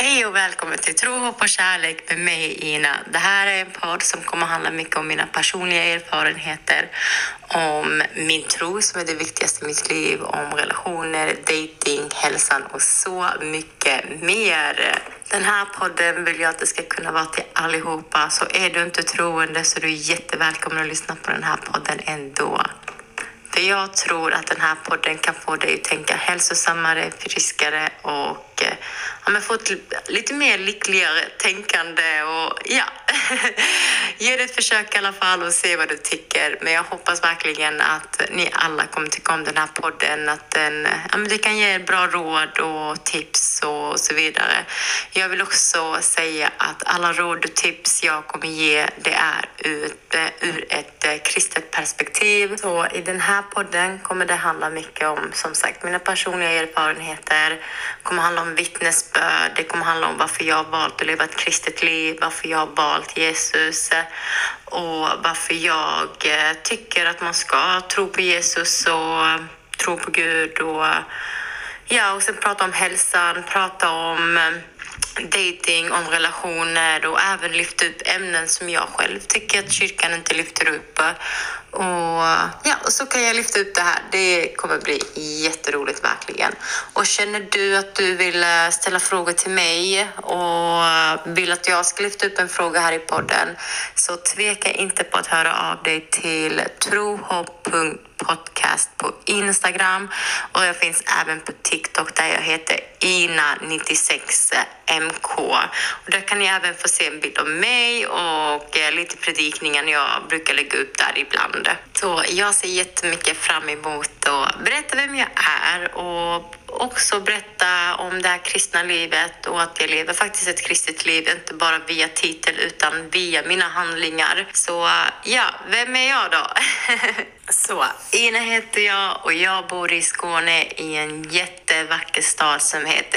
Hej och välkommen till Tro, hopp och kärlek med mig, Ina. Det här är en podd som kommer att handla mycket om mina personliga erfarenheter, om min tro som är det viktigaste i mitt liv, om relationer, dating, hälsan och så mycket mer. Den här podden vill jag att det ska kunna vara till allihopa, så är du inte troende så är du jättevälkommen att lyssna på den här podden ändå. För jag tror att den här podden kan få dig att tänka hälsosammare, friskare och få ett lite mer lyckligare tänkande och ge det ett försök i alla fall och se vad du tycker. Men jag hoppas verkligen att ni alla kommer tycka om den här podden, att det kan ge bra råd och tips och så vidare. Jag vill också säga att alla råd och tips jag kommer ge, det är ur ett kristet perspektiv. Så i den här podden kommer det handla mycket om, som sagt, mina personliga erfarenheter. Det kommer handla om vittnesbörd. Det kommer handla om varför jag har valt att leva ett kristet liv, varför jag har valt Jesus och varför jag tycker att man ska tro på Jesus och tro på Gud och sen prata om hälsan, prata om dating, om relationer och även lyfta upp ämnen som jag själv tycker att kyrkan inte lyfter upp. Och så kan jag lyfta upp det här. Det kommer bli jätteroligt verkligen. Och känner du att du vill ställa frågor till mig och vill att jag ska lyfta upp en fråga här i podden, så tveka inte på att höra av dig till trohopp.podcast på Instagram, och jag finns även på TikTok där jag heter Ina96MK, och där kan ni även få se en bild av mig och lite predikningar jag brukar lägga upp där ibland. Så jag ser jättemycket fram emot att berätta vem jag är och också berätta om det här kristna livet och att jag lever faktiskt ett kristet liv, inte bara via titel utan via mina handlingar. Så vem är jag då? Så, Ina heter jag och jag bor i Skåne i en jättevacker stad som heter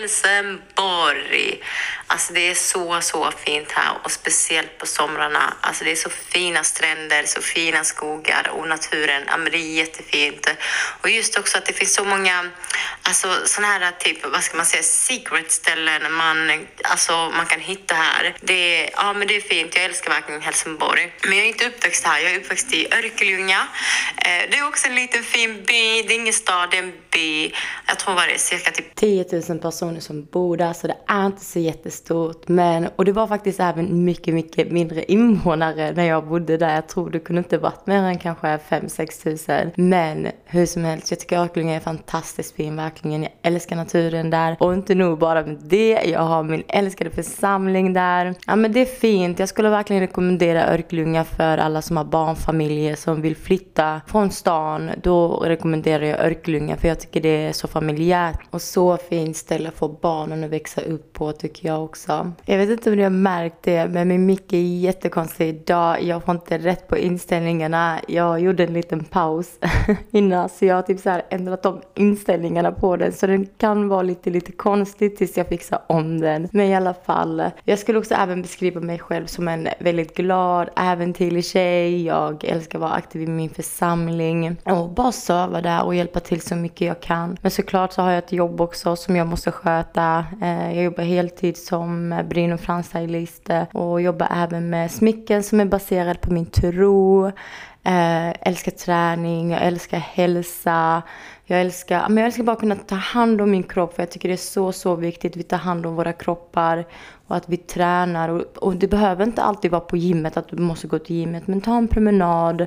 Helsingborg. Alltså det är så fint här, och speciellt på somrarna. Alltså det är så fina stränder, så fina skogar och naturen. Ja, men det är jättefint. Och just också att det finns så många, alltså sådana här typ, vad ska man säga, secret ställen man kan hitta här. Det är fint. Jag älskar verkligen Helsingborg. Men jag är inte uppväxt här. Jag är uppväxt i Örkelljunga. Det är också en liten fin by. Det är ingen stad, det är en by. Jag tror det är cirka typ 10 000 personer som bor där, så det är inte så jättestort. Och det var faktiskt även mycket, mycket mindre invånare när jag bodde där. Jag tror det kunde inte varit mer än kanske 5-6 000. Men hur som helst, jag tycker Örkelljunga är fantastiskt fin verkligen. Jag älskar naturen där. Och inte nog bara med det, jag har min älskade församling där. Ja, men det är fint. Jag skulle verkligen rekommendera Örkelljunga för alla som har barnfamiljer som vill flytta från stan. Då rekommenderar jag Örkelljunga, för jag tycker det är så familjärt och så fint ställe för barnen att växa upp på, tycker jag också. Jag vet inte om du har märkt det, men min mick är jättekonstig idag. Jag får inte rätt på inställningarna. Jag gjorde en liten paus innan, så jag har typ så här ändrat om inställningarna på den, så den kan vara lite konstigt tills jag fixar om den. Men i alla fall, jag skulle också även beskriva mig själv som en väldigt glad, äventyrlig tjej. Jag älskar att vara aktiv i min församling och bara serva där och hjälpa till så mycket jag kan. Men såklart så har jag ett jobb också som jag måste sköta. Jag jobbar heltid som bryn- och fransstylist och jobbar även med smycken som är baserad på min tro. Älskar träning, jag älskar hälsa. Jag älskar bara kunna ta hand om min kropp, för jag tycker det är så viktigt att vi tar hand om våra kroppar och att vi tränar. Och det behöver inte alltid vara på gymmet, att du måste gå till gymmet, men ta en promenad,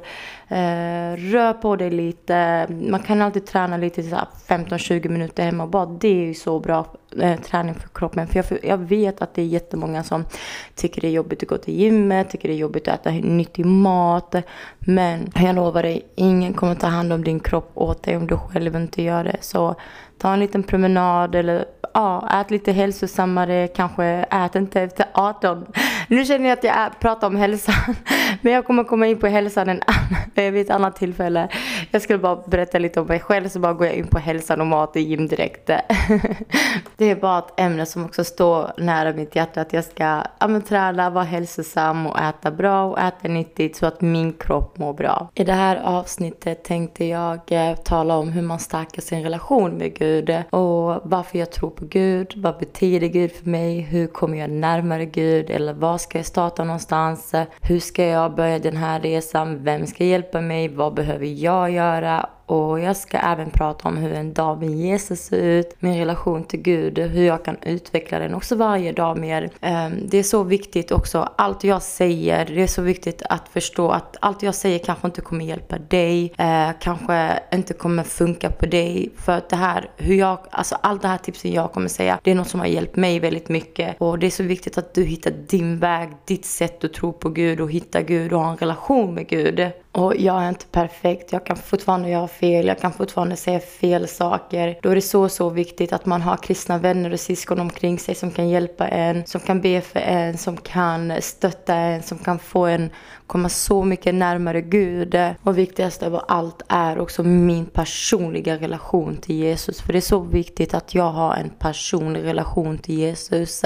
rör på dig lite. Man kan alltid träna lite 15-20 minuter hemma, och bara det är ju så bra träning för kroppen. För jag vet att det är jättemånga som tycker det är jobbigt att gå till gymmet, tycker det är jobbigt att äta nyttig mat. Men jag lovar dig, ingen kommer ta hand om din kropp åt dig om du själv inte gör det. Så ta en liten promenad, eller ät lite hälsosammare, kanske ät inte efter 18. Nu känner jag att jag pratar om hälsan. Men jag kommer komma in på hälsan vid ett annat tillfälle. Jag skulle bara berätta lite om mig själv, så bara går jag in på hälsan och mat och gym direkt. Det är bara ett ämne som också står nära mitt hjärta. Att jag ska träna, vara hälsosam och äta bra och äta nyttigt så att min kropp mår bra. I det här avsnittet tänkte jag tala om hur man stärker sin relation med Gud. Och varför jag tror på Gud. Vad betyder Gud för mig? Hur kommer jag närmare Gud? Eller var ska jag starta någonstans? Hur ska jag börja den här resan? Vem ska hjälpa mig? Vad behöver jag göra? Och jag ska även prata om hur en dag med Jesus ser ut, min relation till Gud, hur jag kan utveckla den också varje dag mer. Det är så viktigt också, allt jag säger, det är så viktigt att förstå att allt jag säger kanske inte kommer hjälpa dig, kanske inte kommer funka på dig. För att det här, allt det här tipsen jag kommer säga, det är något som har hjälpt mig väldigt mycket. Och det är så viktigt att du hittar din väg, ditt sätt att tro på Gud och hitta Gud och ha en relation med Gud. Och jag är inte perfekt, jag kan fortfarande göra fel, jag kan fortfarande säga fel saker. Då är det så viktigt att man har kristna vänner och syskon omkring sig som kan hjälpa en, som kan be för en, som kan stötta en, som kan få en komma så mycket närmare Gud. Och viktigast av allt är också min personliga relation till Jesus. För det är så viktigt att jag har en personlig relation till Jesus.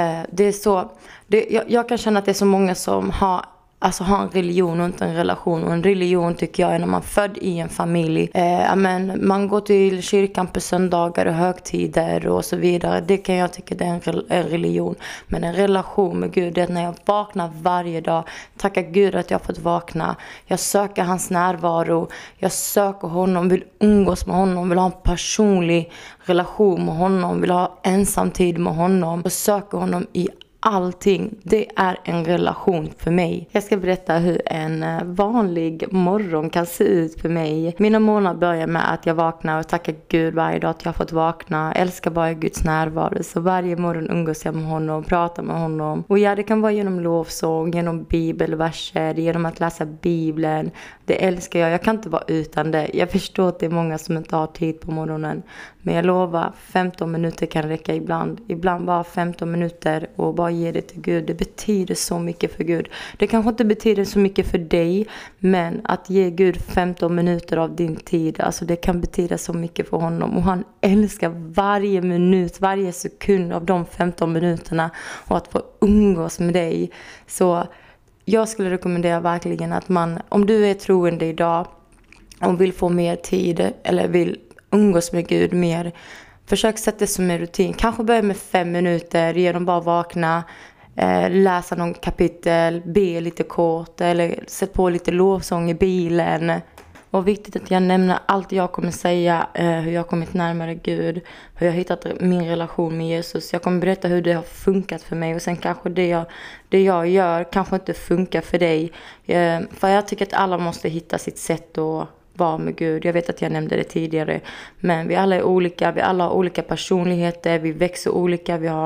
Jag kan känna att det är så många som har en religion och inte en relation. Och en religion tycker jag är när man är född i en familj. Man går till kyrkan på söndagar och högtider och så vidare. Det kan jag tycka det är en religion. Men en relation med Gud är när jag vaknar varje dag. Tackar Gud att jag har fått vakna. Jag söker hans närvaro. Jag söker honom, vill umgås med honom, vill ha en personlig relation med honom, vill ha ensamtid med honom. Och söker honom i allting. Det är en relation för mig. Jag ska berätta hur en vanlig morgon kan se ut för mig. Mina månader börjar med att jag vaknar och tackar Gud varje dag att jag har fått vakna. Jag älskar bara Guds närvaro. Så varje morgon umgås jag med honom, pratar med honom. Och ja, det kan vara genom lovsång, genom bibelverser, genom att läsa Bibeln. Det älskar jag. Jag kan inte vara utan det. Jag förstår att det är många som inte har tid på morgonen. Men jag lovar, 15 minuter kan räcka ibland. Ibland bara 15 minuter och bara ge det till Gud. Det betyder så mycket för Gud. Det kanske inte betyder så mycket för dig, men att ge Gud 15 minuter av din tid, alltså det kan betyda så mycket för honom. Och han älskar varje minut, varje sekund av de 15 minuterna och att få umgås med dig. Så jag skulle rekommendera verkligen att om du är troende idag och vill få mer tid eller vill umgås med Gud mer, försök sätta det som en rutin. Kanske börja med 5 minuter genom bara vakna, läsa någon kapitel, be lite kort eller sätt på lite lovsång i bilen. Och viktigt att jag nämner allt jag kommer säga, hur jag har kommit närmare Gud, hur jag har hittat min relation med Jesus. Jag kommer berätta hur det har funkat för mig och sen kanske det jag gör kanske inte funkar för dig. För jag tycker att alla måste hitta sitt sätt att vara med Gud. Jag vet att jag nämnde det tidigare, men vi alla är olika, vi alla har olika personligheter, vi växer olika, vi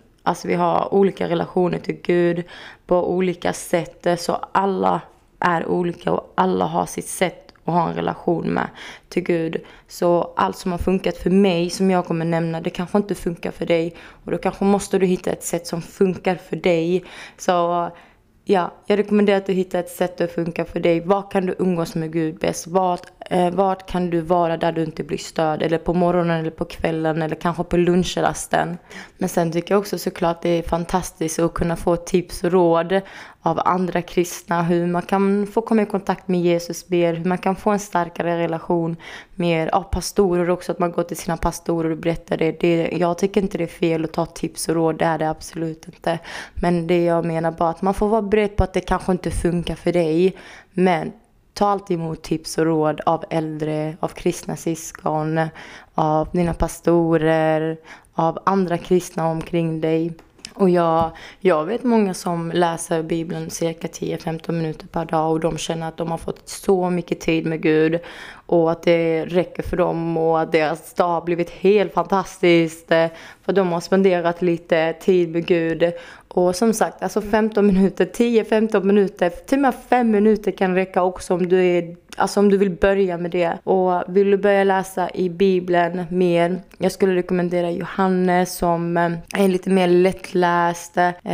har olika relationer till Gud på olika sätt. Så alla är olika och alla har sitt sätt att ha en relation med till Gud. Så allt som har funkat för mig, som jag kommer nämna, det kanske inte funkar för dig. Och då kanske måste du hitta ett sätt som funkar för dig. Så ja, jag rekommenderar att du hittar ett sätt att funka för dig. Var kan du umgås med Gud bäst? Vart kan du vara där du inte blir störd? Eller på morgonen eller på kvällen eller kanske på lunchrasten. Men sen tycker jag också såklart det är fantastiskt att kunna få tips och råd av andra kristna. Hur man kan få komma i kontakt med Jesus mer. Hur man kan få en starkare relation med pastorer också. Att man går till sina pastorer och berättar det. Jag tycker inte det är fel att ta tips och råd. Det är det absolut inte. Men det jag menar bara att man får vara beredd på att det kanske inte funkar för dig. Men ta alltid emot tips och råd av äldre, av kristna syskon, av dina pastorer, av andra kristna omkring dig. Och jag vet många som läser Bibeln cirka 10-15 minuter per dag och de känner att de har fått så mycket tid med Gud. och att det räcker för dem och att deras dag har blivit helt fantastiskt för de har spenderat lite tid med Gud. Och som sagt, alltså 15 minuter, 10-15 minuter, till och med 5 minuter kan räcka också om du vill börja med det. Och vill du börja läsa i Bibeln mer, jag skulle rekommendera Johannes som är lite mer lättläst.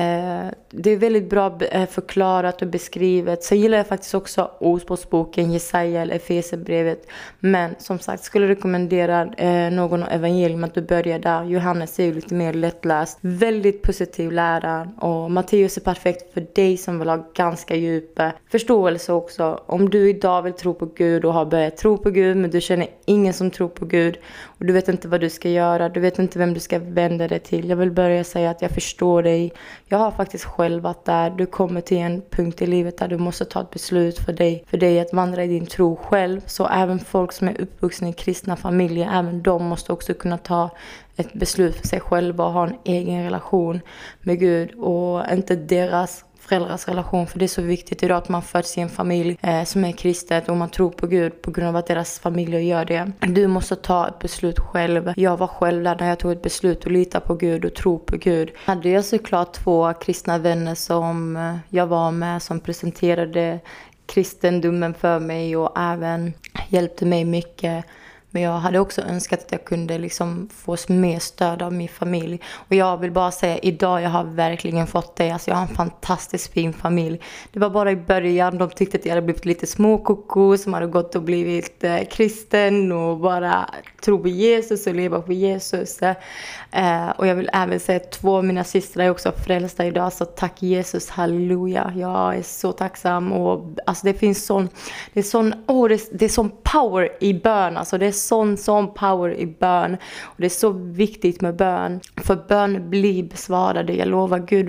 Det är väldigt bra förklarat och beskrivet. Så gillar jag faktiskt också Ordspråksboken, Jesaja eller Efesierbrevet. Men som sagt, skulle rekommendera någon evangelium att du börjar där. Johannes är ju lite mer lättläst. Väldigt positiv lära. Och Matteus är perfekt för dig som vill ha ganska djup förståelse också. Om du idag vill tro på Gud och har börjat tro på Gud men du känner ingen som tror på Gud och du vet inte vad du ska göra, du vet inte vem du ska vända dig till. Jag vill börja säga att jag förstår dig. Jag har faktiskt själv varit där. Du kommer till en punkt i livet där du måste ta ett beslut för dig att vandra i din tro själv. Så även folk som är uppvuxna i kristna familjer, även de måste också kunna ta ett beslut för sig själva och ha en egen relation med Gud och inte deras föräldrars relation, för det är så viktigt idag att man föds i en familj som är kristet och man tror på Gud på grund av att deras familjer gör det. Du måste ta ett beslut själv. Jag var själv där när jag tog ett beslut och lita på Gud och tro på Gud. Hade jag såklart 2 kristna vänner som jag var med som presenterade kristendomen för mig och även hjälpte mig mycket. Men jag hade också önskat att jag kunde liksom få mer stöd av min familj. Och jag vill bara säga, idag jag har verkligen fått det. Alltså jag har en fantastiskt fin familj. Det var bara i början, de tyckte att jag hade blivit lite småkoko som hade gått och blivit kristen och bara tro på Jesus och leva på Jesus. Och jag vill även säga att 2 av mina systrar är också frälsta idag. Så tack Jesus, halleluja. Jag är så tacksam. Och alltså det finns det är sån power i bön. Alltså det är sån power i bön. Och det är så viktigt med bön. För bön blir besvarade. Jag lovar, Gud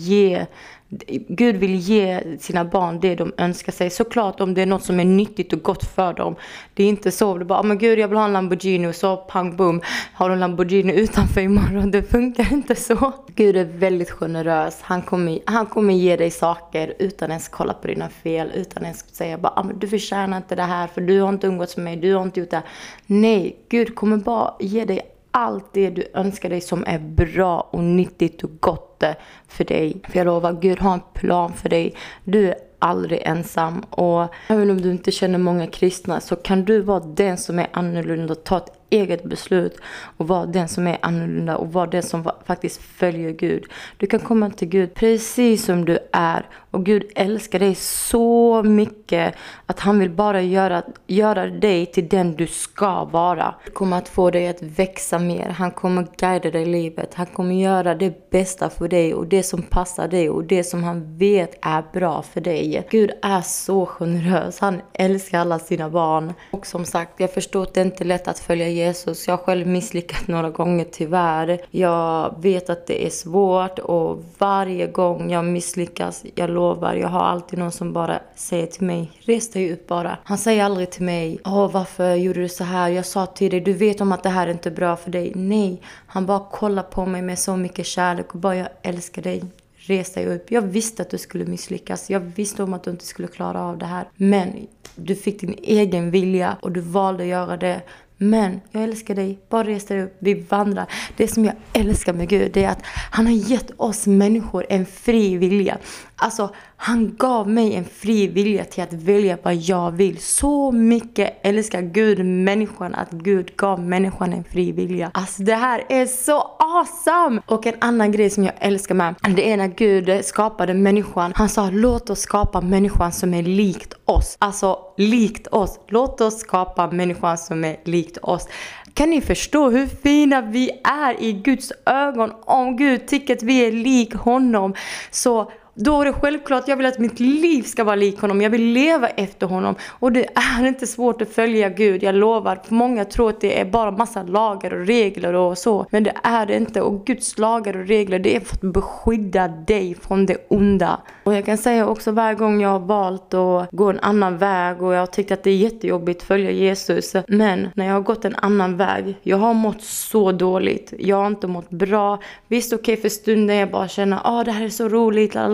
vill ge sina barn det de önskar sig. Såklart om det är något som är nyttigt och gott för dem. Det är inte så. Det är bara, men Gud, jag vill ha en Lamborghini och så pang boom. Har du en Lamborghini utanför imorgon? Det funkar inte så. Gud är väldigt generös. Han kommer ge dig saker utan ens kolla på dina fel. Utan ens säga bara, men du förtjänar inte det här för du har inte umgåtts med mig. Du har inte gjort det här. Nej, Gud kommer bara ge dig allt det du önskar dig som är bra och nyttigt och gott för dig. För jag lovar, Gud har en plan för dig. Du är aldrig ensam. Och även om du inte känner många kristna så kan du vara den som är annorlunda och ta ett eget beslut och vara den som är annorlunda och vara den som faktiskt följer Gud. Du kan komma till Gud precis som du är och Gud älskar dig så mycket att han vill bara göra dig till den du ska vara. Han kommer att få dig att växa mer. Han kommer guida dig i livet. Han kommer göra det bästa för dig och det som passar dig och det som han vet är bra för dig. Gud är så generös. Han älskar alla sina barn. Och som sagt, jag förstår att det inte är lätt att följa Jesus. Jag har själv misslyckats några gånger tyvärr. Jag vet att det är svårt och varje gång jag misslyckas, jag lovar, jag har alltid någon som bara säger till mig, res dig upp bara. Han säger aldrig till mig, varför gjorde du så här? Jag sa till dig, du vet om att det här är inte bra för dig. Nej, han bara kollar på mig med så mycket kärlek och bara, jag älskar dig. Res dig upp. Jag visste att du skulle misslyckas. Jag visste om att du inte skulle klara av det här. Men du fick din egen vilja och du valde att göra det. Men jag älskar dig. Bara res dig upp. Vi vandrar. Det som jag älskar med Gud, det är att han har gett oss människor en fri vilja. Alltså, han gav mig en fri vilja till att välja vad jag vill. Så mycket älskar Gud människan att Gud gav människan en fri vilja. Alltså, det här är så awesome! Och en annan grej som jag älskar med, det är när Gud skapade människan. Han sa, låt oss skapa människan som är likt oss. Alltså, likt oss. Låt oss skapa människan som är likt oss. Kan ni förstå hur fina vi är i Guds ögon? Om Gud tycker att vi är lik honom, så då är det självklart, jag vill att mitt liv ska vara lik honom. Jag vill leva efter honom. Och det är inte svårt att följa Gud. Jag lovar. Många tror att det är bara massa lagar och regler och så. Men det är det inte. Och Guds lagar och regler, det är för att beskydda dig från det onda. Och jag kan säga också, varje gång jag har valt att gå en annan väg och jag har tyckt att det är jättejobbigt att följa Jesus. Men när jag har gått en annan väg, jag har mått så dåligt. Jag har inte mått bra. Visst, okej, för stunden jag bara känner, det här är så roligt, lala.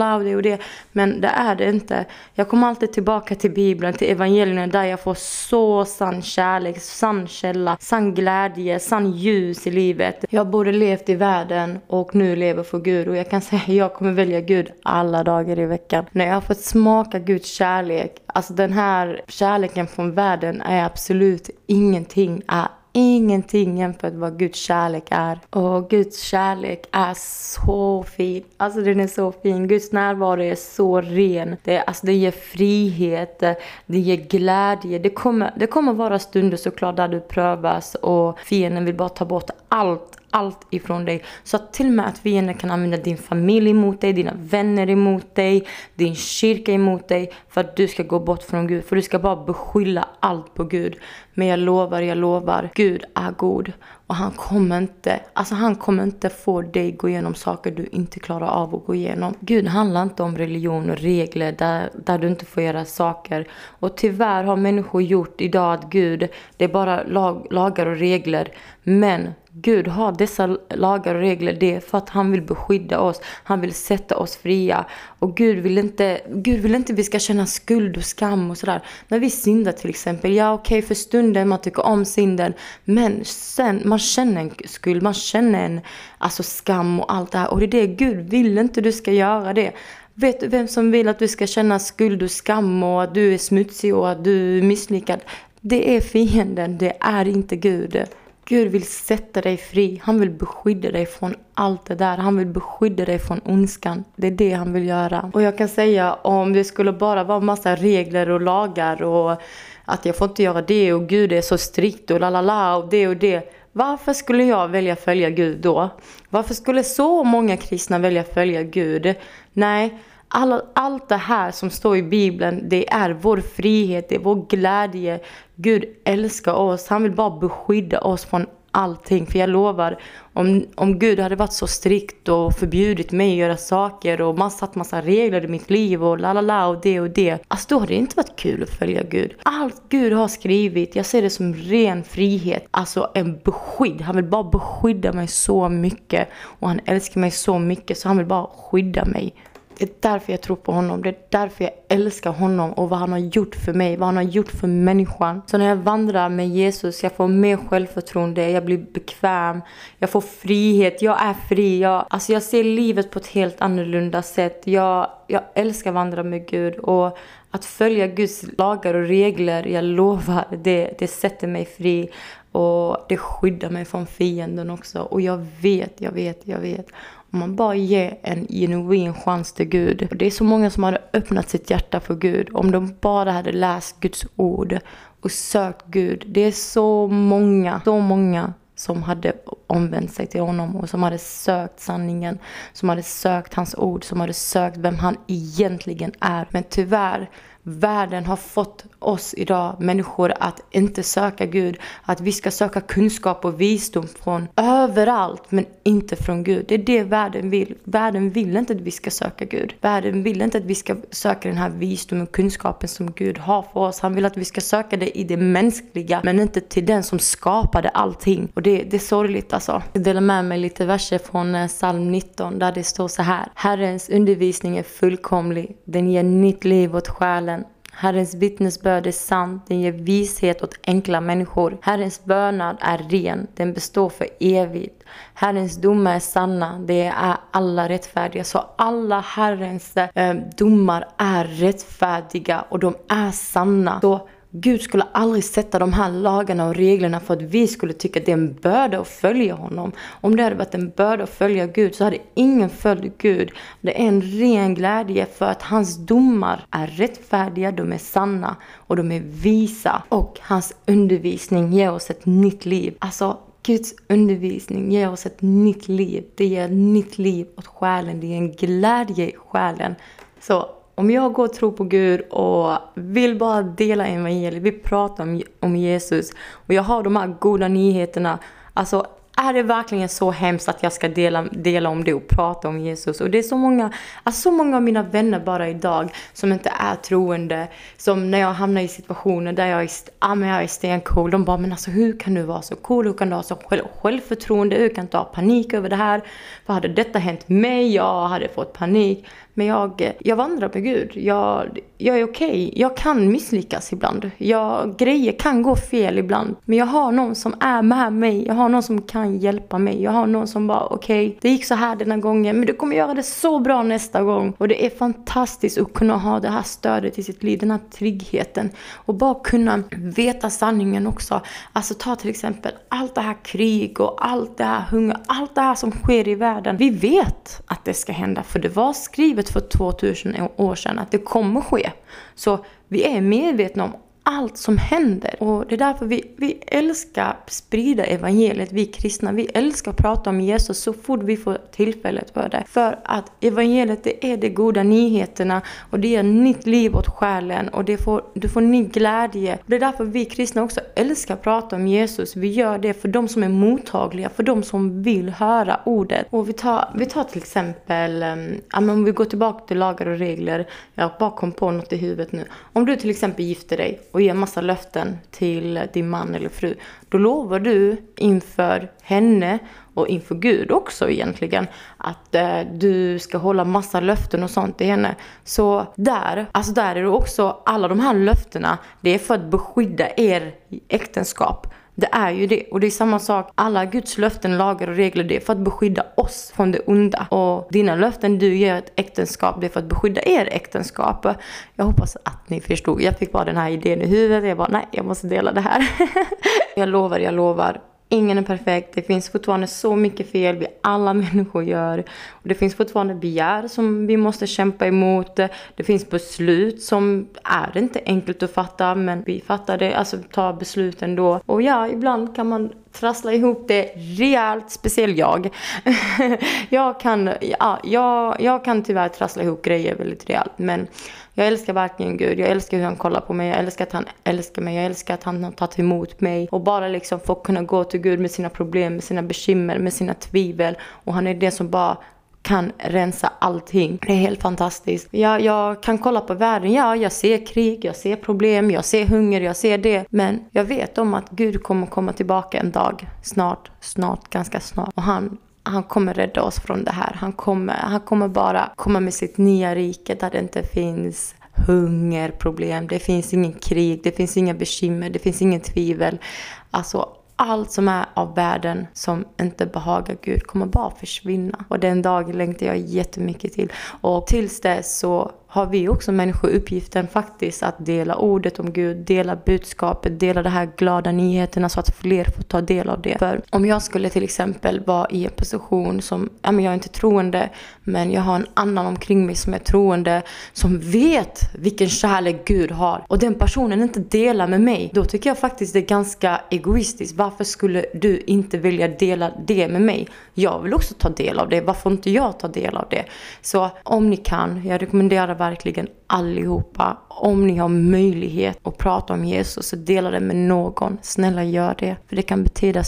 la och det och det. Men det är det inte. Jag kommer alltid tillbaka till Bibeln, till evangelierna, där jag får så sann kärlek, sann källa, sann glädje, sann ljus i livet. Jag borde levt i världen och nu lever för Gud. Och jag kan säga att jag kommer välja Gud alla dagar i veckan. När jag har fått smaka Guds kärlek, alltså den här kärleken från världen är absolut ingenting jämfört med vad Guds kärlek är. Och Guds kärlek är så fin. Alltså den är så fin. Guds närvaro är så ren. Det ger frihet. Det ger glädje. Det kommer vara stunder såklart där du prövas och fienden vill bara ta bort allt ifrån dig. Så att till och med att fienden kan använda din familj emot dig, dina vänner emot dig, din kyrka emot dig, för att du ska gå bort från Gud. För du ska bara beskylla allt på Gud. Men jag lovar, Gud är god. Och han kommer inte få dig gå igenom saker du inte klarar av att gå igenom. Gud handlar inte om religion och regler där du inte får göra saker. Och tyvärr har människor gjort idag att Gud, det är bara lagar och regler. Men Gud har dessa lagar och regler, det är för att han vill beskydda oss. Han vill sätta oss fria. Och Gud vill inte vi ska känna skuld och skam och sådär. När vi syndar till exempel, ja okej, för stunden man tycker om synden. Men sen man känner en skuld, man känner en skam och allt det här. Och det är det Gud vill inte du ska göra det. Vet du vem som vill att du ska känna skuld och skam och att du är smutsig och att du är misslyckad? Det är fienden, det är inte Gud. Gud vill sätta dig fri. Han vill beskydda dig från allt det där. Han vill beskydda dig från ondskan. Det är det han vill göra. Och jag kan säga, om det skulle bara vara massa regler och lagar och att jag får inte göra det och Gud är så strikt och lalala och det och det. Varför skulle jag välja följa Gud då? Varför skulle så många kristna välja följa Gud? Nej, allt det här som står i Bibeln, det är vår frihet, det är vår glädje. Gud älskar oss, han vill bara beskydda oss från allting. För jag lovar, om Gud hade varit så strikt och förbjudit mig att göra saker och satt massa regler i mitt liv och lalala och det. Alltså då hade det inte varit kul att följa Gud. Allt Gud har skrivit, jag ser det som ren frihet. Alltså en beskydd. Han vill bara beskydda mig så mycket. Och han älskar mig så mycket så han vill bara skydda mig. Det är därför jag tror på honom. Det är därför jag älskar honom och vad han har gjort för mig. Vad han har gjort för människan. Så när jag vandrar med Jesus, jag får mer självförtroende. Jag blir bekväm. Jag får frihet. Jag är fri. Jag ser livet på ett helt annorlunda sätt. Jag älskar vandra med Gud. Och att följa Guds lagar och regler, jag lovar, det sätter mig fri. Och det skyddar mig från fienden också. Och jag vet. Om man bara ger en genuin chans till Gud. Och det är så många som hade öppnat sitt hjärta för Gud. Om de bara hade läst Guds ord och sökt Gud. Det är så många som hade omvänt sig till honom. Och som hade sökt sanningen. Som hade sökt hans ord. Som hade sökt vem han egentligen är. Men tyvärr, världen har fått oss idag, människor, att inte söka Gud. Att vi ska söka kunskap och visdom från överallt, men inte från Gud. Det är det världen vill. Världen vill inte att vi ska söka Gud. Världen vill inte att vi ska söka den här visdomen och kunskapen som Gud har för oss. Han vill att vi ska söka det i det mänskliga, men inte till den som skapade allting. Och det är sorgligt alltså. Jag delar med mig lite verser från psalm 19 där det står så här. Herrens undervisning är fullkomlig. Den ger nytt liv åt själen. Herrens vittnesbörd är sant, den ger vishet åt enkla människor. Herrens bönad är ren, den består för evigt. Herrens domar är sanna, det är alla rättfärdiga. Så alla Herrens domar är rättfärdiga och de är sanna. Så Gud skulle aldrig sätta de här lagarna och reglerna för att vi skulle tycka att det är en börda att följa honom. Om det hade varit en börda att följa Gud så hade ingen följt Gud. Det är en ren glädje för att hans domar är rättfärdiga, de är sanna och de är visa. Och hans undervisning ger oss ett nytt liv. Alltså Guds undervisning ger oss ett nytt liv. Det ger ett nytt liv åt själen. Det är en glädje i själen. Så om jag går och tror på Gud och vill bara dela evangeliet, vi pratar om Jesus och jag har de här goda nyheterna, alltså är det verkligen så hemskt att jag ska dela om det och prata om Jesus? Och det är så många av mina vänner bara idag som inte är troende, som när jag hamnar i situationer där jag är stencool, de bara, men alltså hur kan du vara så cool, hur kan du ha så självförtroende, hur kan du ha panik över det här, vad hade detta hänt mig, jag hade fått panik. Men jag vandrar med Gud. Jag är okej. Jag kan misslyckas ibland. Grejer kan gå fel ibland. Men jag har någon som är med mig. Jag har någon som kan hjälpa mig. Jag har någon som bara, okej, det gick så här den här gången. Men du kommer göra det så bra nästa gång. Och det är fantastiskt att kunna ha det här stödet i sitt liv. Den här tryggheten. Och bara kunna veta sanningen också. Alltså ta till exempel allt det här krig och allt det här hunger. Allt det här som sker i världen. Vi vet att det ska hända. För det var skrivet för 2000 år sedan att det kommer ske. Så vi är medvetna om allt som händer. Och det är därför vi älskar sprida evangeliet, vi kristna. Vi älskar prata om Jesus så fort vi får tillfället för det. För att evangeliet, det är de goda nyheterna. Och det är nytt liv åt själen. Och du får ny glädje. Och det är därför vi kristna också älskar prata om Jesus. Vi gör det för de som är mottagliga. För de som vill höra ordet. Och vi tar till exempel, om vi går tillbaka till lagar och regler. Jag bara kom på något i huvudet nu. Om du till exempel gifter dig och ger massa löften till din man eller fru, då lovar du inför henne och inför Gud också egentligen att du ska hålla massa löften och sånt till henne. Så där är det också, alla de här löftena, det är för att beskydda er äktenskap. Det är ju det. Och det är samma sak. Alla Guds löften, lagar och regler, det är för att beskydda oss från det onda. Och dina löften du ger ett äktenskap, det är för att beskydda er äktenskap. Jag hoppas att ni förstod. Jag fick bara den här idén i huvudet. Jag bara, nej, jag måste dela det här. Jag lovar. Ingen är perfekt. Det finns fortfarande så mycket fel vi alla människor gör. Och det finns fortfarande begär som vi måste kämpa emot. Det finns beslut som är inte enkelt att fatta. Men vi fattar det, alltså tar beslut ändå. Och ja, ibland kan man trassla ihop det rejält, speciellt jag. Jag kan tyvärr trassla ihop grejer väldigt rejält. Men jag älskar verkligen Gud. Jag älskar hur han kollar på mig. Jag älskar att han älskar mig. Jag älskar att han har tagit emot mig. Och bara liksom få kunna gå till Gud med sina problem, med sina bekymmer, med sina tvivel. Och han är det som bara kan rensa allting. Det är helt fantastiskt. Jag kan kolla på världen. Ja, jag ser krig, jag ser problem, jag ser hunger, jag ser det. Men jag vet om att Gud kommer komma tillbaka en dag. Snart, ganska snart. Och han kommer rädda oss från det här. Han kommer bara komma med sitt nya rike där det inte finns hungerproblem. Det finns ingen krig, det finns inga bekymmer, det finns ingen tvivel. Alltså allt som är av världen som inte behagar Gud kommer bara försvinna. Och den dagen längtar jag jättemycket till. Och tills dess så har vi också människor uppgiften faktiskt att dela ordet om Gud, dela budskapet, dela de här glada nyheterna så att fler får ta del av det. För om jag skulle till exempel vara i en position som, jag är inte troende, men jag har en annan omkring mig som är troende, som vet vilken kärlek Gud har, och den personen inte delar med mig, då tycker jag faktiskt det är ganska egoistiskt. Varför skulle du inte vilja dela det med mig? Jag vill också ta del av det. Varför inte jag ta del av det? Så om ni kan, jag rekommenderar verkligen allihopa, om ni har möjlighet att prata om Jesus och dela det med någon, snälla gör det. För det kan betyda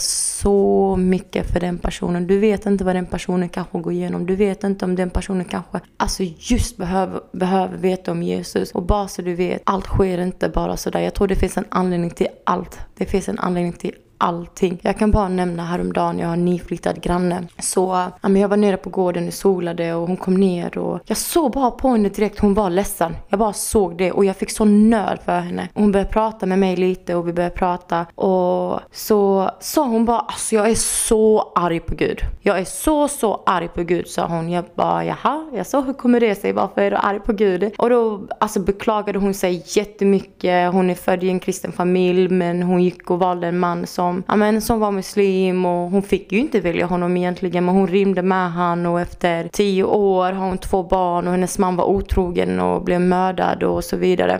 så mycket för den personen. Du vet inte vad den personen kanske går igenom. Du vet inte om den personen kanske just behöver veta om Jesus. Och bara så du vet, allt sker inte bara sådär. Jag tror det finns en anledning till allt. Det finns en anledning till allting. Jag kan bara nämna häromdagen, jag har en nyflyttad granne. Så jag var nere på gården och solade och hon kom ner och jag såg bara på henne direkt, hon var ledsen. Jag bara såg det och jag fick så nöd för henne. Hon började prata med mig lite och vi började prata och så sa hon bara, alltså jag är så arg på Gud. Jag är så arg på Gud, sa hon. Jag bara, jaha, jag sa, hur kommer det sig? Varför är du arg på Gud? Och då beklagade hon sig jättemycket. Hon är född i en kristen familj, men hon gick och valde en man som var muslim, och hon fick ju inte välja honom egentligen, men hon rymde med han, och efter 10 år har hon 2 barn och hennes man var otrogen och blev mördad och så vidare.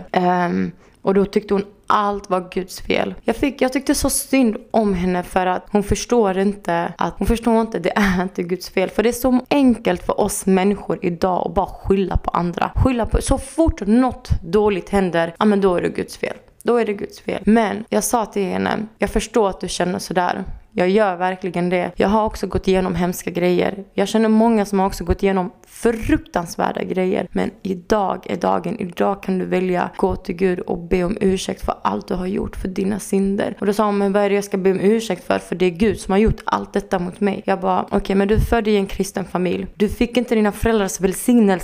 Och då tyckte hon allt var Guds fel. Jag tyckte så synd om henne, för att hon förstår inte, det är inte Guds fel. För det är så enkelt för oss människor idag att bara skylla på andra. Så fort något dåligt händer, då är det Guds fel. Då är det Guds fel. Men jag sa till henne, jag förstår att du känner sådär. Jag gör verkligen det. Jag har också gått igenom hemska grejer. Jag känner många som har också gått igenom fruktansvärda grejer. Men idag är dagen. Idag kan du välja gå till Gud och be om ursäkt för allt du har gjort, för dina synder. Och då sa hon, men vad är det jag ska be om ursäkt för? För det är Gud som har gjort allt detta mot mig. Jag bara, okej, men du födde i en kristen familj. Du fick inte dina föräldrars välsignelse.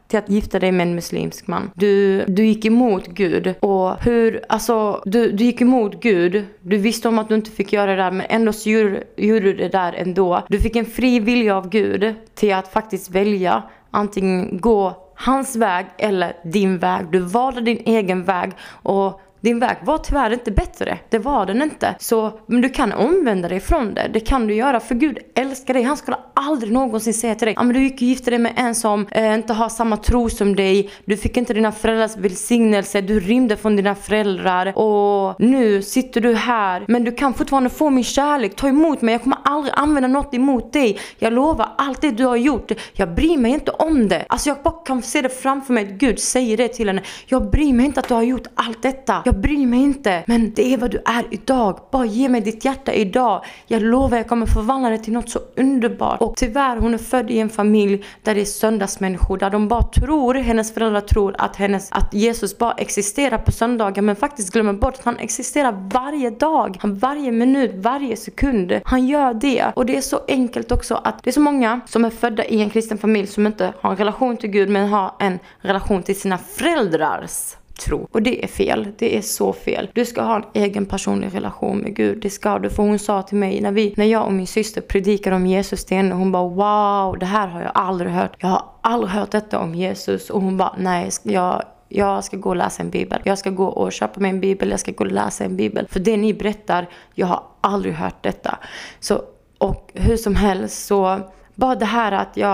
till att gifta dig med en muslimsk man. Du gick emot Gud. Och du gick emot Gud. Du visste om att du inte fick göra det där, men ändå så gjorde du det där ändå. Du fick en fri vilja av Gud till att faktiskt välja antingen gå hans väg eller din väg. Du valde din egen väg, och din väg var tyvärr inte bättre. Det var den inte. Men du kan omvända dig från det. Det kan du göra, för Gud älskar dig. Han skulle aldrig någonsin säga till dig: men du gick och gifte dig med en som inte har samma tro som dig. Du fick inte dina föräldrars välsignelse. Du rymde från dina föräldrar. Och nu sitter du här. Men du kan fortfarande få min kärlek. Ta emot mig. Jag kommer aldrig använda något emot dig. Jag lovar, allt det du har gjort, jag bryr mig inte om det. Alltså jag bara kan se det framför mig. Gud säger det till henne: jag bryr mig inte att du har gjort allt detta. Jag bryr mig inte, men det är vad du är idag. Bara ge mig ditt hjärta idag. Jag lovar, jag kommer förvandla det till något så underbart. Och tyvärr, hon är född i en familj där det är söndagsmänniskor, där de bara tror, hennes föräldrar tror att Jesus bara existerar på söndagar, men faktiskt glömmer bort att han existerar varje dag. Varje minut, varje sekund. Han gör det. Och det är så enkelt också att det är så många som är födda i en kristen familj som inte har en relation till Gud, men har en relation till sina föräldrars tro. Och det är fel. Det är så fel. Du ska ha en egen personlig relation med Gud. Det ska du. För hon sa till mig när jag och min syster predikade om Jesus till henne, hon bara: wow, det här har jag aldrig hört. Jag har aldrig hört detta om Jesus. Och hon bara: nej, jag ska gå och läsa en bibel. Jag ska gå och köpa mig en bibel. Jag ska gå och läsa en bibel. För det ni berättar, jag har aldrig hört detta. Så, och hur som helst, så bara det här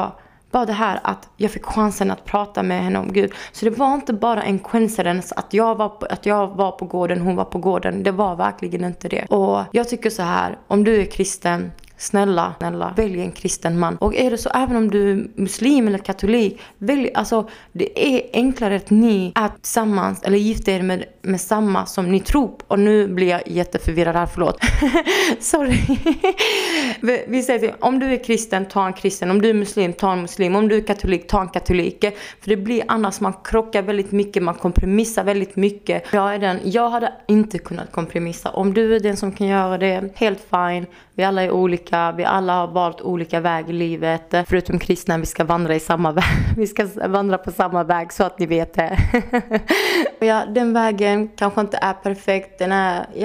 att jag fick chansen att prata med henne om Gud. Så det var inte bara en coincidence att jag var på gården, hon var på gården. Det var verkligen inte det. Och jag tycker så här: om du är kristen, snälla, välj en kristen man. Och är det så, även om du är muslim eller katolik, det är enklare att ni är tillsammans eller gifter er med samma som ni tror på. Och nu blir jag jätteförvirrad här, förlåt. Sorry. Vi säger till, om du är kristen, ta en kristen. Om du är muslim, ta en muslim. Om du är katolik, ta en katolik. För det blir annars, man krockar väldigt mycket, man kompromissar väldigt mycket. Jag hade inte kunnat kompromissa. Om du är den som kan göra det, helt fine. Vi alla är olika, vi alla har valt olika väg i livet. Förutom kristna, vi ska vandra i samma väg. Vi ska vandra på samma väg, så att ni vet det. Ja, den vägen kanske inte är perfekt. Den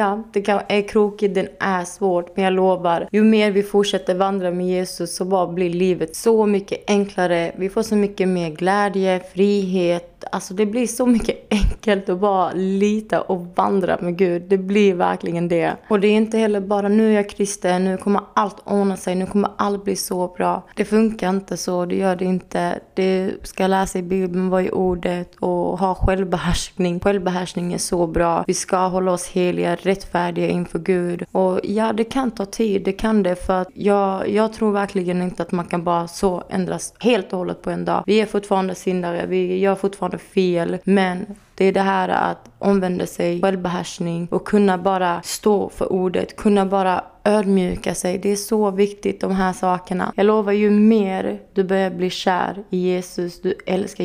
är krokig, den är svårt. Men jag lovar, ju mer vi fortsätter vandra med Jesus, så bara blir livet så mycket enklare. Vi får så mycket mer glädje, frihet. Alltså det blir så mycket enkelt att bara lita och vandra med Gud. Det blir verkligen det. Och det är inte heller bara: nu är jag kristen, nu kommer allt ordna sig, nu kommer allt bli så bra. Det funkar inte så, det gör det inte. Det ska läsa i Bibeln, vara i ordet och ha självbehärskning. Självbehärskning är så bra. Vi ska hålla oss heliga, rättfärdiga inför Gud. Och ja, det kan ta tid, det kan det. För att jag tror verkligen inte att man kan bara så ändras helt och hållet på en dag. Vi är fortfarande syndare, vi gör fortfarande fel, men det är det här att omvända sig, självbehärskning och kunna bara stå för ordet, kunna bara ödmjuka sig. Det är så viktigt, de här sakerna. Jag lovar, ju mer du börjar bli kär i Jesus, du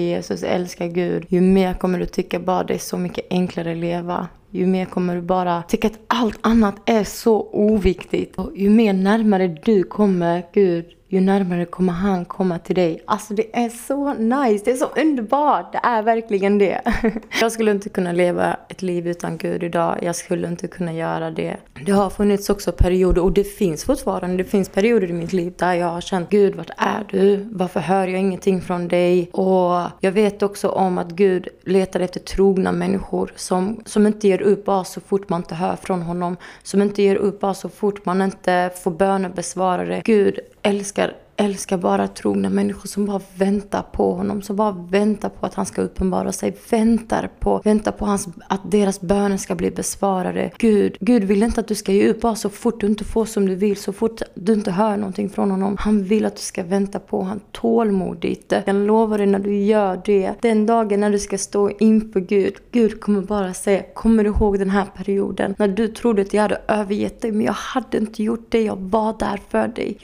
älskar Gud, ju mer kommer du tycka bara det är så mycket enklare att leva. Ju mer kommer du bara tycka att allt annat är så oviktigt. Och ju mer närmare du kommer Gud, ju närmare kommer han komma till dig. Alltså det är så nice, det är så underbart. Det är verkligen det. Jag skulle inte kunna leva ett liv utan Gud idag. Jag skulle inte kunna göra det. Det har funnits också perioder, och det finns fortfarande. Det finns perioder i mitt liv där jag har känt: Gud, vart är du? Varför hör jag ingenting från dig? Och jag vet också om att Gud letar efter trogna människor som inte ger upp bara så fort man inte hör från honom. Som inte ger upp bara så fort man inte får böner besvarade. Gud älskar bara trogna människor som bara väntar på honom, som bara väntar på att han ska uppenbara sig, väntar på att deras böner ska bli besvarade. Gud vill inte att du ska ge upp bara så fort du inte får som du vill, så fort du inte hör någonting från honom. Han vill att du ska vänta på han tålmodigt. Jag lovar dig, när du gör det, den dagen när du ska stå inför Gud kommer bara säga: kommer du ihåg den här perioden när du trodde att jag hade övergett dig, men jag hade inte gjort det, jag var där för dig.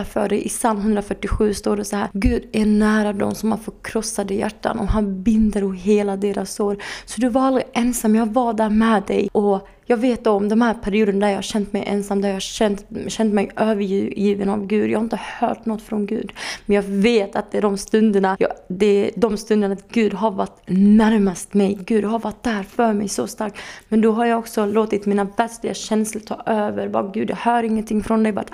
I Psalm 147 står det så här: Gud är nära de som har förkrossade hjärtan, och han binder och hela deras sår. Så du var aldrig ensam, jag var där med dig. Och Jag vet om de här perioderna där jag har känt mig ensam, där jag har känt mig övergiven av Gud. Jag har inte hört något från Gud. Men jag vet att det är de stunderna att Gud har varit närmast mig. Gud har varit där för mig så starkt. Men då har jag också låtit mina värsta känslor ta över. Bara, Gud, jag hör ingenting från dig. Vart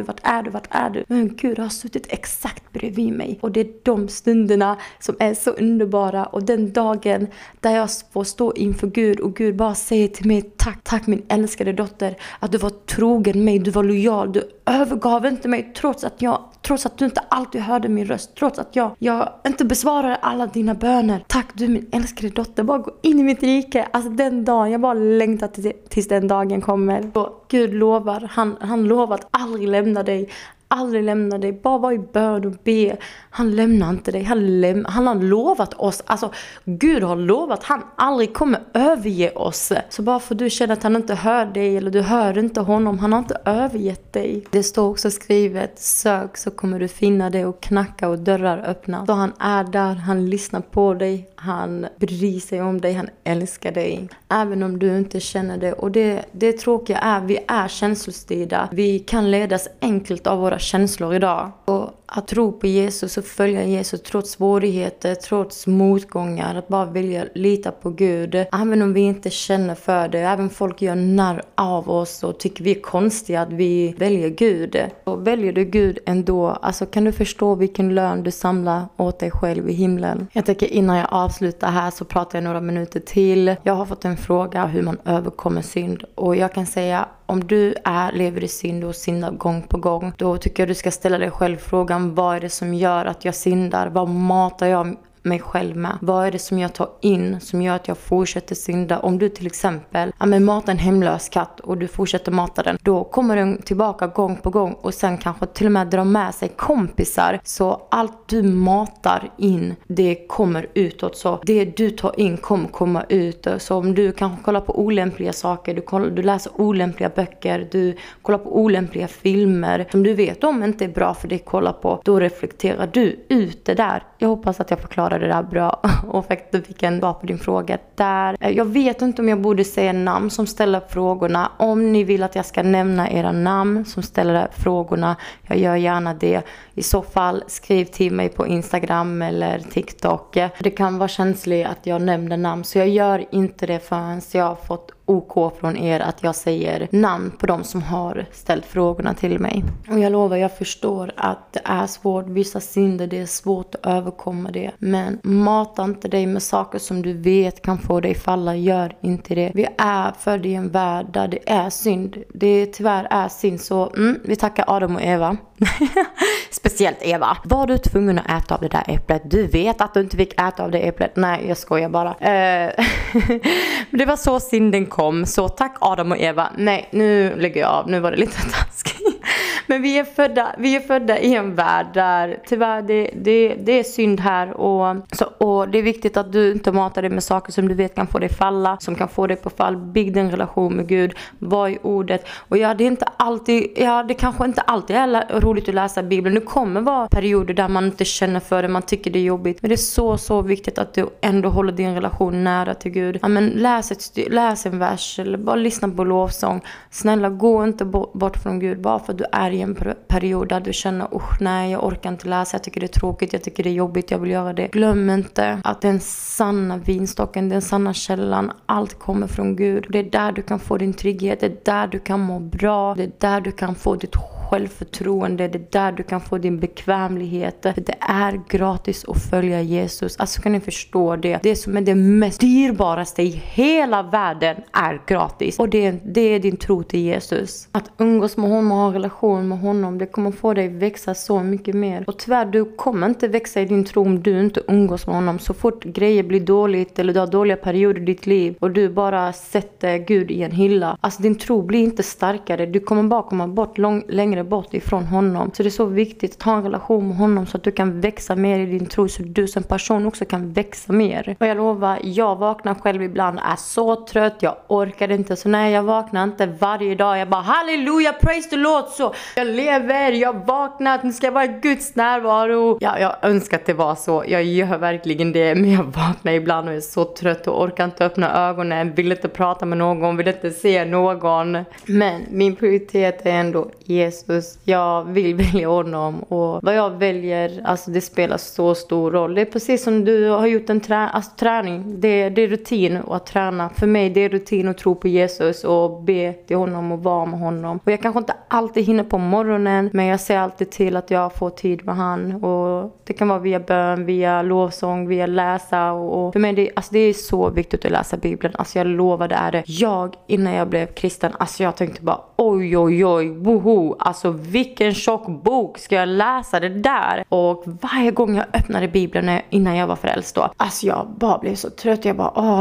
är du? Men Gud har suttit exakt bredvid mig. Och det är de stunderna som är så underbara. Och den dagen där jag får stå inför Gud och Gud bara säger till mig, tack min älskade dotter, att du var trogen mig, du var lojal, du övergav inte mig trots att du inte alltid hörde min röst, trots att jag inte besvarade alla dina böner. Tack du min älskade dotter, bara gå in i mitt rike. Alltså den dagen, jag bara längtar tills den dagen kommer. Och Gud lovar, han lovar att aldrig lämna dig. Aldrig lämna dig, bara vara i bön och be. Han lämnar inte dig, han har lovat oss. Alltså Gud har lovat, han aldrig kommer överge oss. Så bara för du känner att han inte hör dig, eller du hör inte honom, han har inte övergett dig. Det står också skrivet, sök så kommer du finna det, och knacka och dörrar öppna. Så han är där, han lyssnar på dig, han bryr sig om dig, han älskar dig. Även om du inte känner det. Och det tråkiga är, vi är känslostyrda. Vi kan ledas enkelt av våra känslor idag. Och att tro på Jesus och följa Jesus trots svårigheter, trots motgångar, att bara vilja lita på Gud. Även om vi inte känner för det, även folk gör narr av oss och tycker vi är konstiga att vi väljer Gud. Och väljer du Gud ändå, alltså kan du förstå vilken lön du samlar åt dig själv i himlen? Jag tänker innan jag avslutar här så pratar jag några minuter till. Jag har fått en fråga hur man överkommer synd. Och jag kan säga, om du lever i synd och syndar gång på gång, då tycker jag du ska ställa dig själv frågan, vad är det som gör att jag syndar? Vad matar jag mig själv med? Vad är det som jag tar in som gör att jag fortsätter synda? Om du till exempel matar en hemlös katt och du fortsätter mata den, då kommer den tillbaka gång på gång och sen kanske till och med dra med sig kompisar. Så allt du matar in, det kommer utåt. Så det du tar in kommer komma ut. Så om du kanske kollar på olämpliga saker, du läser olämpliga böcker, du kollar på olämpliga filmer som du vet om inte är bra för dig att kolla på, då reflekterar du ut det där. Jag hoppas att jag förklarar det där bra och faktiskt fick en svar på din fråga där. Jag vet inte om jag borde säga namn som ställer frågorna. Om ni vill att jag ska nämna era namn som ställer frågorna, jag gör gärna det. I så fall skriv till mig på Instagram eller TikTok. Det kan vara känsligt att jag nämner namn, så jag gör inte det förrän jag har fått OK från er att jag säger namn på de som har ställt frågorna till mig. Och jag lovar, jag förstår att det är svårt. Vissa synder, det är svårt att överkomma det. Men mata inte dig med saker som du vet kan få dig falla. Gör inte det. Vi är födda i en värld där det är synd. Det tyvärr är synd. Så vi tackar Adam och Eva. Speciellt Eva. Var du tvungen att äta av det där äpplet? Du vet att du inte fick äta av det äpplet. Nej, jag skojar bara. Det var så synden kom. Så tack Adam och Eva. Nej, nu lägger jag av. Nu var det lite taskigt. Men vi är födda i en värld där tyvärr det är synd här. Och det är viktigt att du inte matar dig med saker som du vet kan få dig falla. Som kan få dig på fall. Bygg en relation med Gud. Var i ordet. Och det kanske inte alltid är roligt att läsa Bibeln. Det kommer vara perioder där man inte känner för det. Man tycker det är jobbigt. Men det är så viktigt att du ändå håller din relation nära till Gud. Ja, men läs en vers. Eller bara lyssna på lovsång. Snälla, gå inte bort från Gud. Bara för att du är i en period där du känner nej, jag orkar inte läsa, jag tycker det är tråkigt, jag tycker det är jobbigt, jag vill göra det. Glöm inte att den sanna vinstocken, den sanna källan, allt kommer från Gud. Det är där du kan få din trygghet, det är där du kan må bra, det är där du kan få ditt självförtroende, det är där du kan få din bekvämlighet. Det är gratis att följa Jesus. Alltså kan ni förstå det? Det som är det mest dyrbaraste i hela världen är gratis. Och det är din tro till Jesus. Att umgås med honom och ha en relation med honom, det kommer få dig växa så mycket mer. Och tyvärr, du kommer inte växa i din tro om du inte umgås med honom. Så fort grejer blir dåligt eller du har dåliga perioder i ditt liv och du bara sätter Gud i en hylla. Alltså din tro blir inte starkare. Du kommer bara komma bort längre bort ifrån honom. Så det är så viktigt att ha en relation med honom så att du kan växa mer i din tro, så att du som person också kan växa mer. Och jag lovar, jag vaknar själv ibland, är så trött, jag orkar inte. Så nej, jag vaknar inte varje dag. Jag bara halleluja, praise the Lord. Så Jag lever, jag har vaknat, nu ska jag vara i Guds närvaro. Ja, jag önskar att det var så. Jag gör verkligen det, men jag vaknar ibland och är så trött och orkar inte öppna ögonen, vill inte prata med någon, vill inte se någon. Men min prioritet är ändå Jesus. Jag vill välja honom, och vad jag väljer, alltså det spelar så stor roll. Det är precis som du har gjort en träning. Det är rutin att träna. För mig det är rutin att tro på Jesus och be till honom och vara med honom. Och jag kanske inte alltid hinner på morgonen, men jag ser alltid till att jag får tid med han. Och det kan vara via bön, via lovsång, via läsa. Och för mig det är så viktigt att läsa Bibeln. Alltså jag lovar, det är det. Innan jag blev kristen, alltså jag tänkte bara oj, woho. Alltså vilken tjock bok, ska jag läsa det där? Och varje gång jag öppnade Bibeln innan jag var frälst då, alltså jag bara blev så trött. Jag bara,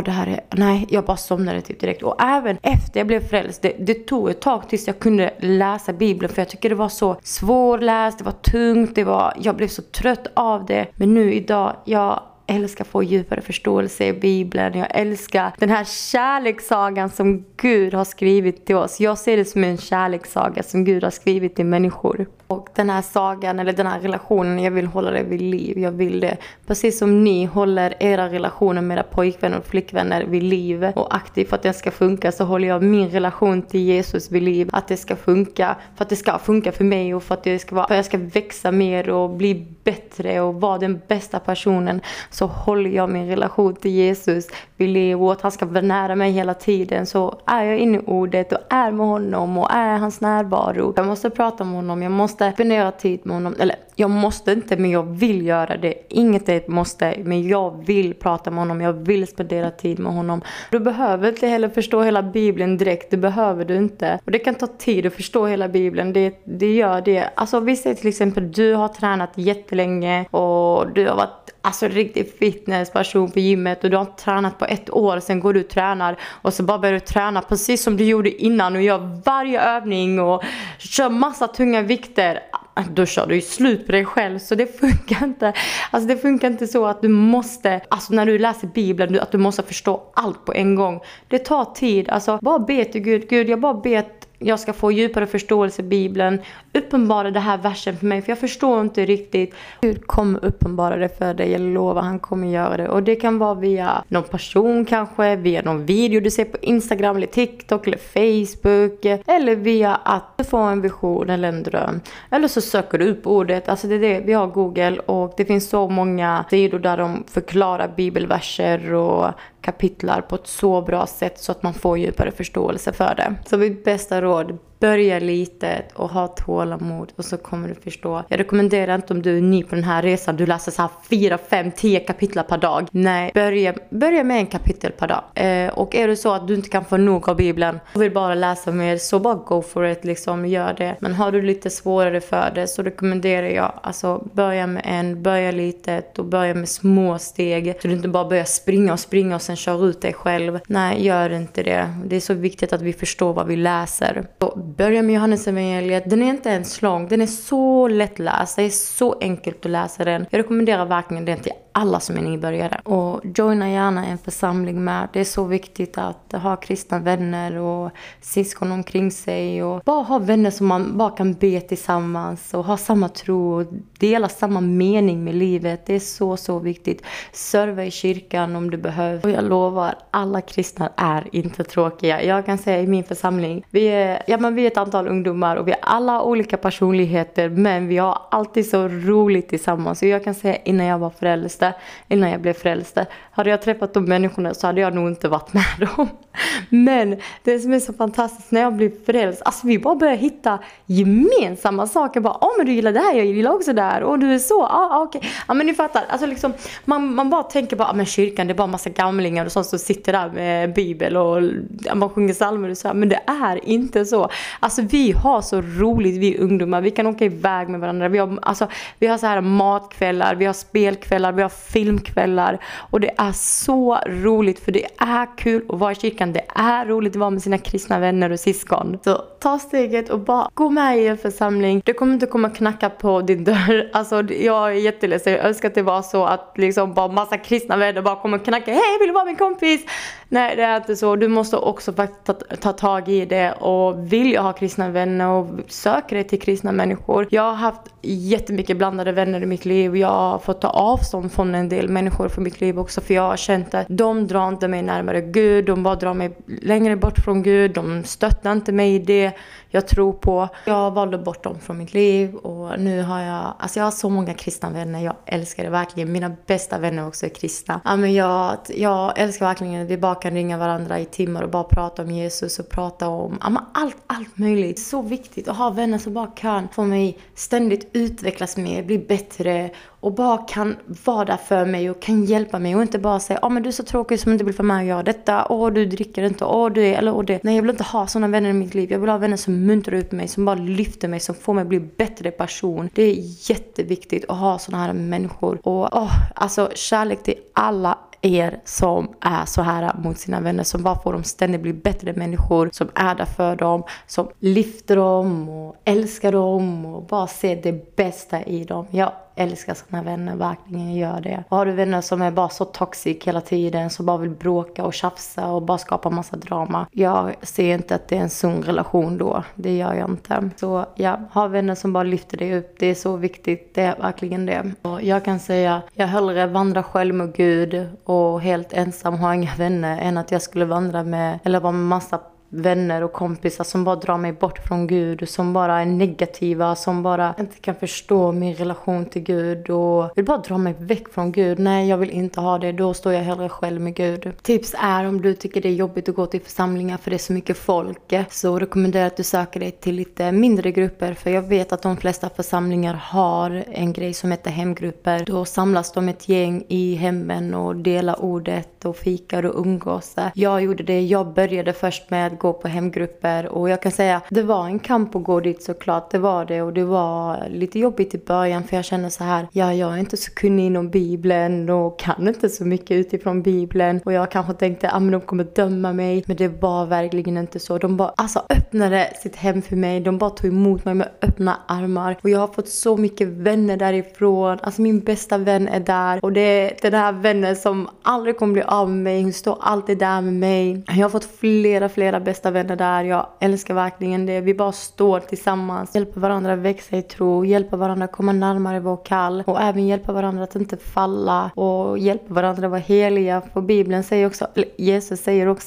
jag bara somnade typ direkt. Och även efter jag blev frälst, det tog ett tag tills jag kunde läsa Bibeln, för jag tycker det var så svårläst, det var tungt, jag blev så trött av det. Men nu idag, jag älskar få djupare förståelse i Bibeln. Jag älskar den här kärlekssagan som Gud har skrivit till oss. Jag ser det som en kärlekssaga som Gud har skrivit till människor. Och den här sagan, eller den här relationen, jag vill hålla det vid liv. Jag vill det. Precis som ni håller era relationer med era pojkvänner och flickvänner vid liv och aktivt för att det ska funka, så håller jag min relation till Jesus vid liv. Att det ska funka, för att det ska funka för mig och för att jag ska växa mer och bli bättre och vara den bästa personen, så håller jag min relation till Jesus vid liv, och att han ska vara nära mig hela tiden. Så är jag inne i ordet och är med honom och är hans närvaro. Jag måste prata med honom, jag måste spendera tid med honom. Eller jag måste inte, men jag vill göra det. Inget är ett måste, men jag vill prata med honom. Jag vill spendera tid med honom. Du behöver inte heller förstå hela Bibeln direkt. Det behöver du inte. Och det kan ta tid att förstå hela Bibeln. Det gör det. Alltså vi säger till exempel, du har tränat jättelänge och du har varit riktigt fitnessperson på gymmet och du har tränat på 1 år, sen går du och tränar och så bara börjar du träna precis som du gjorde innan och gör varje övning och kör massa tunga vikter. Då kör du ju slut på dig själv, så det funkar inte. Alltså det funkar inte så att du måste, när du läser Bibeln, att du måste förstå allt på en gång. Det tar tid. Alltså bara be till Gud, jag bara ber att jag ska få djupare förståelse i Bibeln. Uppenbara det här versen för mig, för jag förstår inte riktigt. Gud kommer uppenbara det för dig, jag lovar, han kommer göra det. Och det kan vara via någon person kanske, via någon video du ser på Instagram eller TikTok eller Facebook, eller via att du får en vision eller en dröm. Eller så söker du upp ordet, alltså det är det, vi har Google och det finns så många sidor där de förklarar bibelverser och kapitlar på ett så bra sätt så att man får djupare förståelse för det. Så mitt bästa råd, börja litet och ha tålamod och så kommer du förstå. Jag rekommenderar inte, om du är ny på den här resan, du läser så här 4, 5, 10 kapitlar per dag. Nej, börja med en kapitel per dag. Och är det så att du inte kan få nog av Bibeln och vill bara läsa mer, så bara go for it, liksom, gör det. Men har du lite svårare för det, så rekommenderar jag, börja litet och börja med små steg. Så du inte bara börjar springa och sen kör ut dig själv. Nej, gör inte det. Det är så viktigt att vi förstår vad vi läser. Så börja med Johannes evangeliet. Den är inte ens lång. Den är så lättläst. Det är så enkelt att läsa den. Jag rekommenderar verkligen den till alla som är nybörjare. Och joina gärna en församling med. Det är så viktigt att ha kristna vänner och syskon omkring sig. Och bara ha vänner som man bara kan be tillsammans. Och ha samma tro och dela samma mening med livet. Det är så, så viktigt. Serva i kyrkan om du behöver. Och jag lovar, alla kristna är inte tråkiga. Jag kan säga i min församling, vi är ett antal ungdomar och vi har alla olika personligheter, men vi har alltid så roligt tillsammans. Så jag kan säga, innan jag blev frälst, hade jag träffat de människorna så hade jag nog inte varit med dem. Men det som är så fantastiskt när jag blev frälst, alltså vi bara börjar hitta gemensamma saker. Bara, men du gillar det här, jag gillar också det här. Och du är så, okej. Ja, men ni fattar, alltså liksom, man bara tänker bara, men kyrkan, det är bara massa gamlingar och sånt som sitter där med bibel och man sjunger psalmer och så här. Men det är inte så. Alltså vi har så roligt, vi ungdomar. Vi kan åka iväg med varandra. Vi har så här matkvällar, vi har spelkvällar, vi har filmkvällar. Och det är så roligt, för det är kul att vara i kyrkan. Det är roligt att vara med sina kristna vänner och syskon. Så ta steget och bara gå med i en församling. Det kommer inte komma knacka på din dörr. Alltså jag är jätteledsen. Jag önskar att det var så att liksom bara massa kristna vänner bara kommer knacka. Hej, vill du vara min kompis? Nej, det är inte så. Du måste också faktiskt ta tag i det. Och vill jag ha kristna vänner och söker till kristna människor. Jag har haft jättemycket blandade vänner i mitt liv. Jag har fått ta avstånd från en del människor för mitt liv också, för jag har känt att de drar inte mig närmare Gud, de bara drar mig längre bort från Gud, de stöttar inte mig i det jag tror på. Jag valde bort dem från mitt liv och nu har jag har så många kristna vänner. Jag älskar det verkligen. Mina bästa vänner också är kristna. Jag älskar verkligen att vi bara kan ringa varandra i timmar och bara prata om Jesus och prata om allt möjligt. Så viktigt att ha vänner som bara kan få mig ständigt utvecklas mer, bli bättre och bara kan vara där för mig och kan hjälpa mig och inte bara säga men du är så tråkig som inte vill få med och göra detta, du dricker inte, du är eller det. Nej, jag vill inte ha sådana vänner i mitt liv. Jag vill ha vänner som muntrar upp mig, som bara lyfter mig, som får mig att bli bättre person. Det är jätteviktigt att ha sådana här människor och kärlek till alla er som är så här mot sina vänner, som bara får dem ständigt bli bättre människor, som är där för dem, som lyfter dem och älskar dem och bara ser det bästa i dem. Jag älskar såna vänner, verkligen gör det. Och har du vänner som är bara så toxic hela tiden, som bara vill bråka och tjafsa och bara skapa massa drama, jag ser inte att det är en sund relation då. Det gör jag inte. Så ha vänner som bara lyfter dig upp. Det är så viktigt, det är verkligen det. Och jag kan säga, jag hellre vandrar själv med Gud och helt ensam har inga vänner än att jag skulle vandra med eller vara med massa vänner och kompisar som bara drar mig bort från Gud, som bara är negativa, som bara inte kan förstå min relation till Gud och vill bara dra mig väck från Gud. Nej, jag vill inte ha det. Då står jag hellre själv med Gud. Tips är, om du tycker det är jobbigt att gå till församlingar för det är så mycket folk, så rekommenderar jag att du söker dig till lite mindre grupper, för jag vet att de flesta församlingar har en grej som heter hemgrupper. Då samlas de ett gäng i hemmen och delar ordet och fikar och umgås. Jag gjorde det. Jag började först med att gå på hemgrupper och jag kan säga det var en kamp att gå dit, såklart det var det, och det var lite jobbigt i början för jag kände så här, jag är inte så kunnig inom Bibeln och kan inte så mycket utifrån Bibeln och jag kanske tänkte de kommer döma mig, men det var verkligen inte så. De bara öppnade sitt hem för mig, de bara tog emot mig med öppna armar och jag har fått så mycket vänner därifrån. Min bästa vän är där och det är den här vännen som aldrig kommer bli av med mig, hon står alltid där med mig. Jag har fått flera bästa vänner där. Jag älskar verkligen det. Vi bara står tillsammans, hjälper varandra växa i tro, hjälper varandra komma närmare vår kall och även hjälper varandra att inte falla och hjälper varandra att vara heliga. För Bibeln säger också, Jesus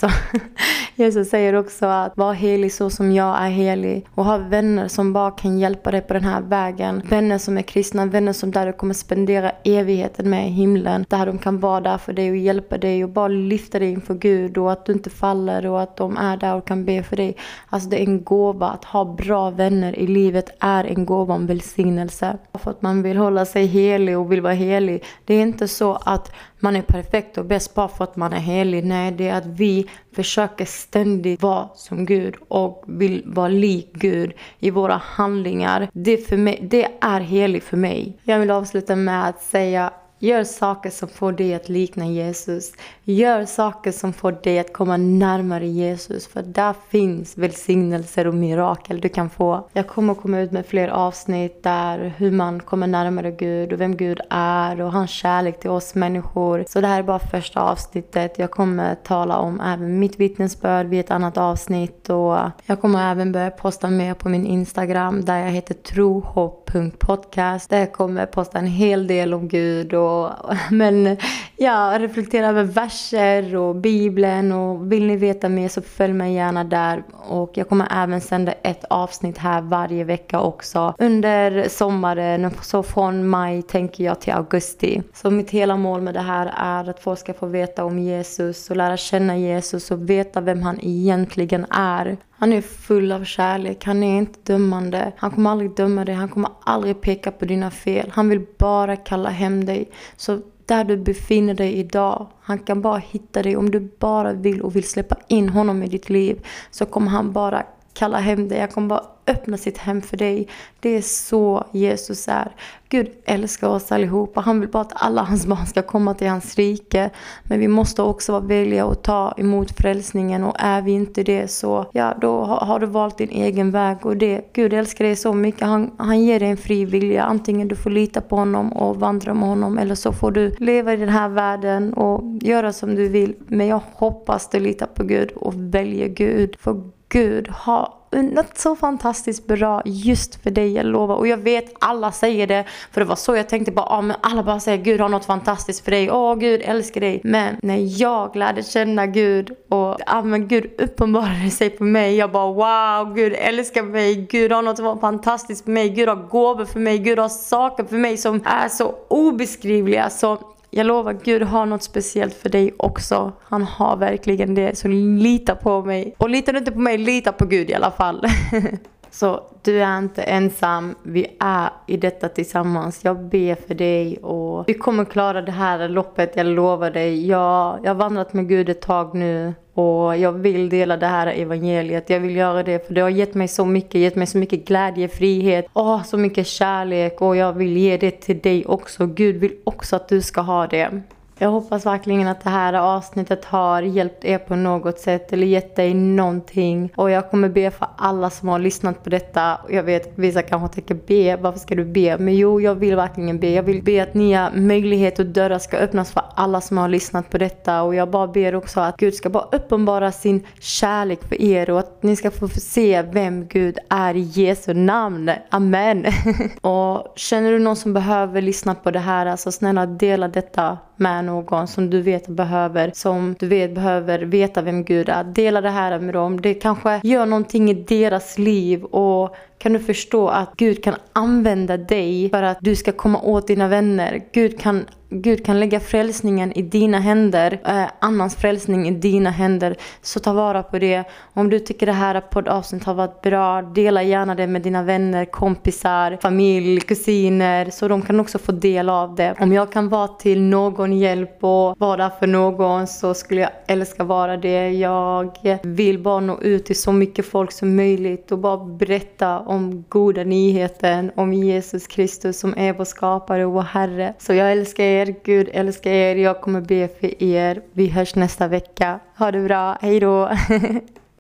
säger också att var helig så som jag är helig, och ha vänner som bara kan hjälpa dig på den här vägen. Vänner som är kristna, vänner som där du kommer spendera evigheten med i himlen, där de kan vara där för dig och hjälpa dig och bara lyfta dig inför Gud och att du inte faller och att de är där och kan be för dig. Det är en gåva. Att ha bra vänner i livet är en gåva om välsignelse. För att man vill hålla sig helig och vill vara helig. Det är inte så att man är perfekt och bäst bara för att man är helig. Nej, det är att vi försöker ständigt vara som Gud och vill vara lik Gud i våra handlingar. Det är heligt för mig. Jag vill avsluta med att säga: gör saker som får dig att likna Jesus. Gör saker som får dig att komma närmare Jesus. För där finns välsignelser och mirakel du kan få. Jag kommer komma ut med fler avsnitt där hur man kommer närmare Gud och vem Gud är och hans kärlek till oss människor. Så det här är bara första avsnittet. Jag kommer tala om även mitt vittnesbörd vid ett annat avsnitt. Och jag kommer även börja posta mer på min Instagram där jag heter trohopp.podcast. Där jag kommer posta en hel del om Gud men reflektera över verser och Bibeln, och vill ni veta mer så följ mig gärna där. Och jag kommer även sända ett avsnitt här varje vecka också under sommaren, så från maj tänker jag till augusti. Så mitt hela mål med det här är att folk ska få veta om Jesus och lära känna Jesus och veta vem han egentligen är. Han är full av kärlek, han är inte dömande. Han kommer aldrig döma dig, han kommer aldrig peka på dina fel. Han vill bara kalla hem dig. Så där du befinner dig idag, han kan bara hitta dig. Om du bara vill släppa in honom i ditt liv, så kommer han bara kalla hem dig. Han kommer bara öppna sitt hem för dig. Det är så Jesus är. Gud älskar oss allihopa. Han vill bara att alla hans barn ska komma till hans rike. Men vi måste också vara villiga att ta emot frälsningen. Och är vi inte det, så då har du valt din egen väg. Och Gud älskar dig så mycket. Han ger dig en fri vilja. Antingen du får lita på honom och vandra med honom, eller så får du leva i den här världen och göra som du vill. Men jag hoppas du litar på Gud och väljer Gud. För Gud har något så fantastiskt bra just för dig, jag lovar. Och jag vet, alla säger det, för det var så jag tänkte bara, men alla bara säger Gud har något fantastiskt för dig. Gud älskar dig. Men när jag lärde känna Gud och men Gud uppenbarade sig på mig, jag bara wow, Gud älskar mig. Gud har något fantastiskt för mig. Gud har gåvor för mig. Gud har saker för mig som är så obeskrivliga. Så jag lovar, Gud har något speciellt för dig också. Han har verkligen det. Så lita på mig. Och litar du inte på mig, lita på Gud i alla fall. Så du är inte ensam. Vi är i detta tillsammans. Jag ber för dig. Och vi kommer klara det här loppet. Jag lovar dig. Jag har vandrat med Gud ett tag nu. Och jag vill dela det här evangeliet. Jag vill göra det för det har gett mig så mycket. Gett mig så mycket glädje, frihet. Så mycket kärlek. Och jag vill ge det till dig också. Gud vill också att du ska ha det. Jag hoppas verkligen att det här avsnittet har hjälpt er på något sätt eller gett dig någonting. Och jag kommer be för alla som har lyssnat på detta. Jag vet att vissa kanske tänker be, varför ska du be? Men jo, jag vill verkligen be. Jag vill be att nya möjligheter och dörrar ska öppnas för alla som har lyssnat på detta. Och jag bara ber också att Gud ska bara uppenbara sin kärlek för er. Och att ni ska få se vem Gud är i Jesu namn. Amen. Och känner du någon som behöver lyssna på det här, så snälla dela detta med någon som du vet behöver, som du vet behöver veta vem Gud är. Dela det här med dem. Det kanske gör någonting i deras liv, och kan du förstå att Gud kan använda dig för att du ska komma åt dina vänner. Gud kan lägga frälsningen i dina händer, annans frälsning i dina händer. Så ta vara på det. Om du tycker det här poddavsnitt har varit bra, dela gärna det med dina vänner, kompisar, familj, kusiner, så de kan också få del av det. Om jag kan vara till någon hjälp och vara där för någon, så skulle jag älska vara det. Jag vill bara nå ut till så mycket folk som möjligt och bara berätta om goda nyheten om Jesus Kristus som är vår skapare och vår Herre. Så jag älskar er. Gud älskar er. Jag kommer be för er. Vi hörs nästa vecka. Ha det bra. Hej då.